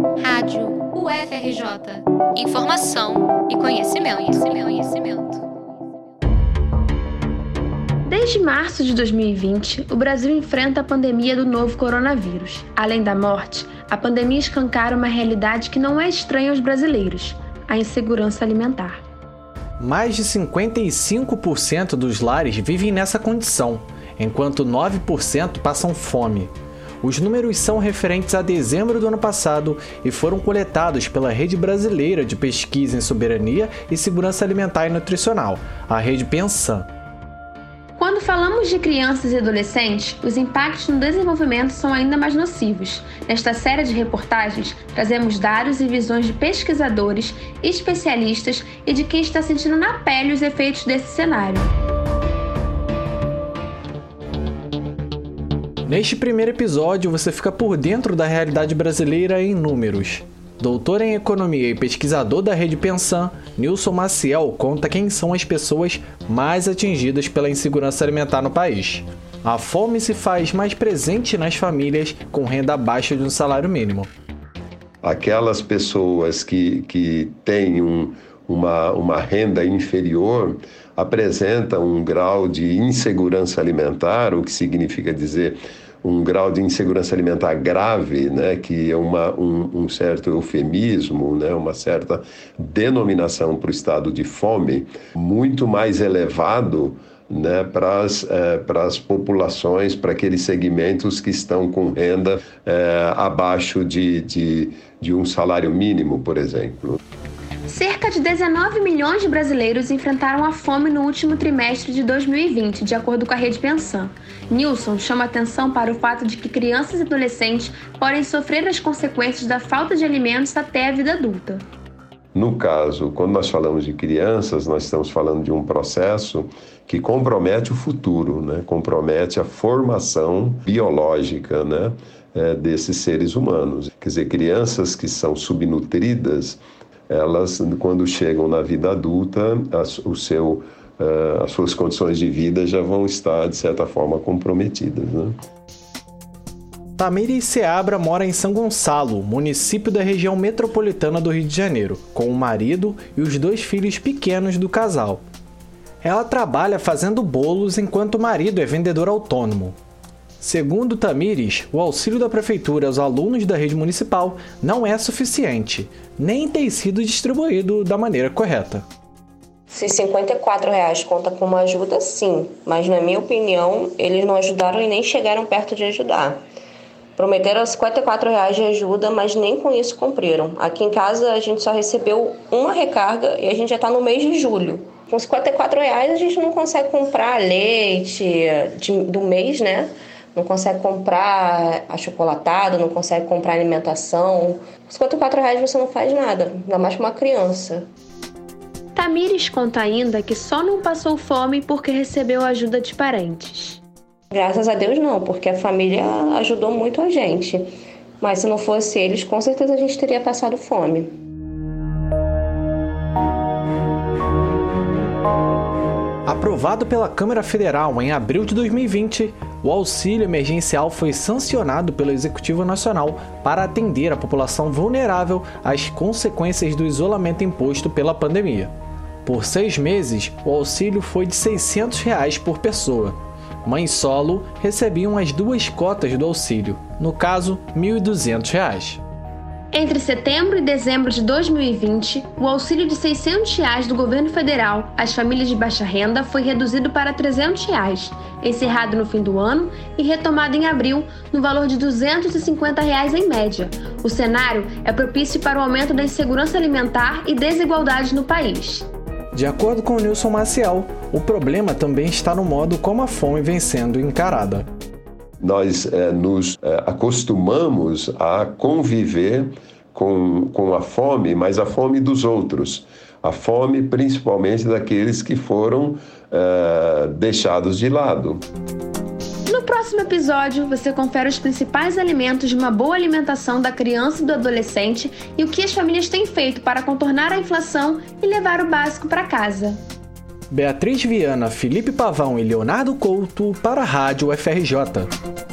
Rádio UFRJ. Informação e conhecimento. Desde março de 2020, o Brasil enfrenta a pandemia do novo coronavírus. Além da morte, a pandemia escancara uma realidade que não é estranha aos brasileiros: a insegurança alimentar. Mais de 55% dos lares vivem nessa condição, enquanto 9% passam fome. Os números são referentes a dezembro do ano passado e foram coletados pela Rede Brasileira de Pesquisa em Soberania e Segurança Alimentar e Nutricional, a Rede Pensan. Quando falamos de crianças e adolescentes, os impactos no desenvolvimento são ainda mais nocivos. Nesta série de reportagens, trazemos dados e visões de pesquisadores, especialistas e de quem está sentindo na pele os efeitos desse cenário. Neste primeiro episódio, você fica por dentro da realidade brasileira em números. Doutor em Economia e pesquisador da Rede Pensan, Nilson Maciel conta quem são as pessoas mais atingidas pela insegurança alimentar no país. A fome se faz mais presente nas famílias com renda abaixo de um salário mínimo. Aquelas pessoas que têm uma renda inferior apresentam um grau de insegurança alimentar, o que significa dizer um grau de insegurança alimentar grave, né, que é um certo eufemismo, né, uma certa denominação para o estado de fome, muito mais elevado, né, para as populações, para aqueles segmentos que estão com renda abaixo de um salário mínimo, por exemplo. Cerca de 19 milhões de brasileiros enfrentaram a fome no último trimestre de 2020, de acordo com a Rede Pensan. Nilson chama atenção para o fato de que crianças e adolescentes podem sofrer as consequências da falta de alimentos até a vida adulta. No caso, quando nós falamos de crianças, nós estamos falando de um processo que compromete o futuro, né? Compromete a formação biológica, né, desses seres humanos. Quer dizer, crianças que são subnutridas, elas, quando chegam na vida adulta, as suas condições de vida já vão estar, de certa forma, comprometidas, né? Tamires Seabra mora em São Gonçalo, município da região metropolitana do Rio de Janeiro, com o marido e os 2 filhos pequenos do casal. Ela trabalha fazendo bolos enquanto o marido é vendedor autônomo. Segundo Tamires, o auxílio da prefeitura aos alunos da rede municipal não é suficiente, nem tem sido distribuído da maneira correta. Se R$54 conta como ajuda, sim, mas na minha opinião, eles não ajudaram e nem chegaram perto de ajudar. Prometeram R$54 de ajuda, mas nem com isso cumpriram. Aqui em casa a gente só recebeu uma recarga e a gente já está no mês de julho. Com R$54 a gente não consegue comprar leite do mês, né? Não consegue comprar achocolatado, não consegue comprar alimentação. Com R$54 você não faz nada, ainda mais para uma criança. Tamires conta ainda que só não passou fome porque recebeu ajuda de parentes. Graças a Deus não, porque a família ajudou muito a gente. Mas se não fosse eles, com certeza a gente teria passado fome. Aprovado pela Câmara Federal em abril de 2020, o auxílio emergencial foi sancionado pelo Executivo Nacional para atender a população vulnerável às consequências do isolamento imposto pela pandemia. Por 6 meses, o auxílio foi de R$600 por pessoa. Mães solo recebiam as 2 cotas do auxílio, no caso, R$1.200. Entre setembro e dezembro de 2020, o auxílio de R$600 do governo federal às famílias de baixa renda foi reduzido para R$300, encerrado no fim do ano e retomado em abril no valor de R$250 em média. O cenário é propício para o aumento da insegurança alimentar e desigualdade no país. De acordo com o Nilson Maciel, o problema também está no modo como a fome vem sendo encarada. Nós nos acostumamos a conviver com a fome, mas a fome dos outros. A fome principalmente daqueles que foram deixados de lado. No próximo episódio, você confere os principais alimentos de uma boa alimentação da criança e do adolescente e o que as famílias têm feito para contornar a inflação e levar o básico para casa. Beatriz Viana, Felipe Pavão e Leonardo Couto para a Rádio UFRJ.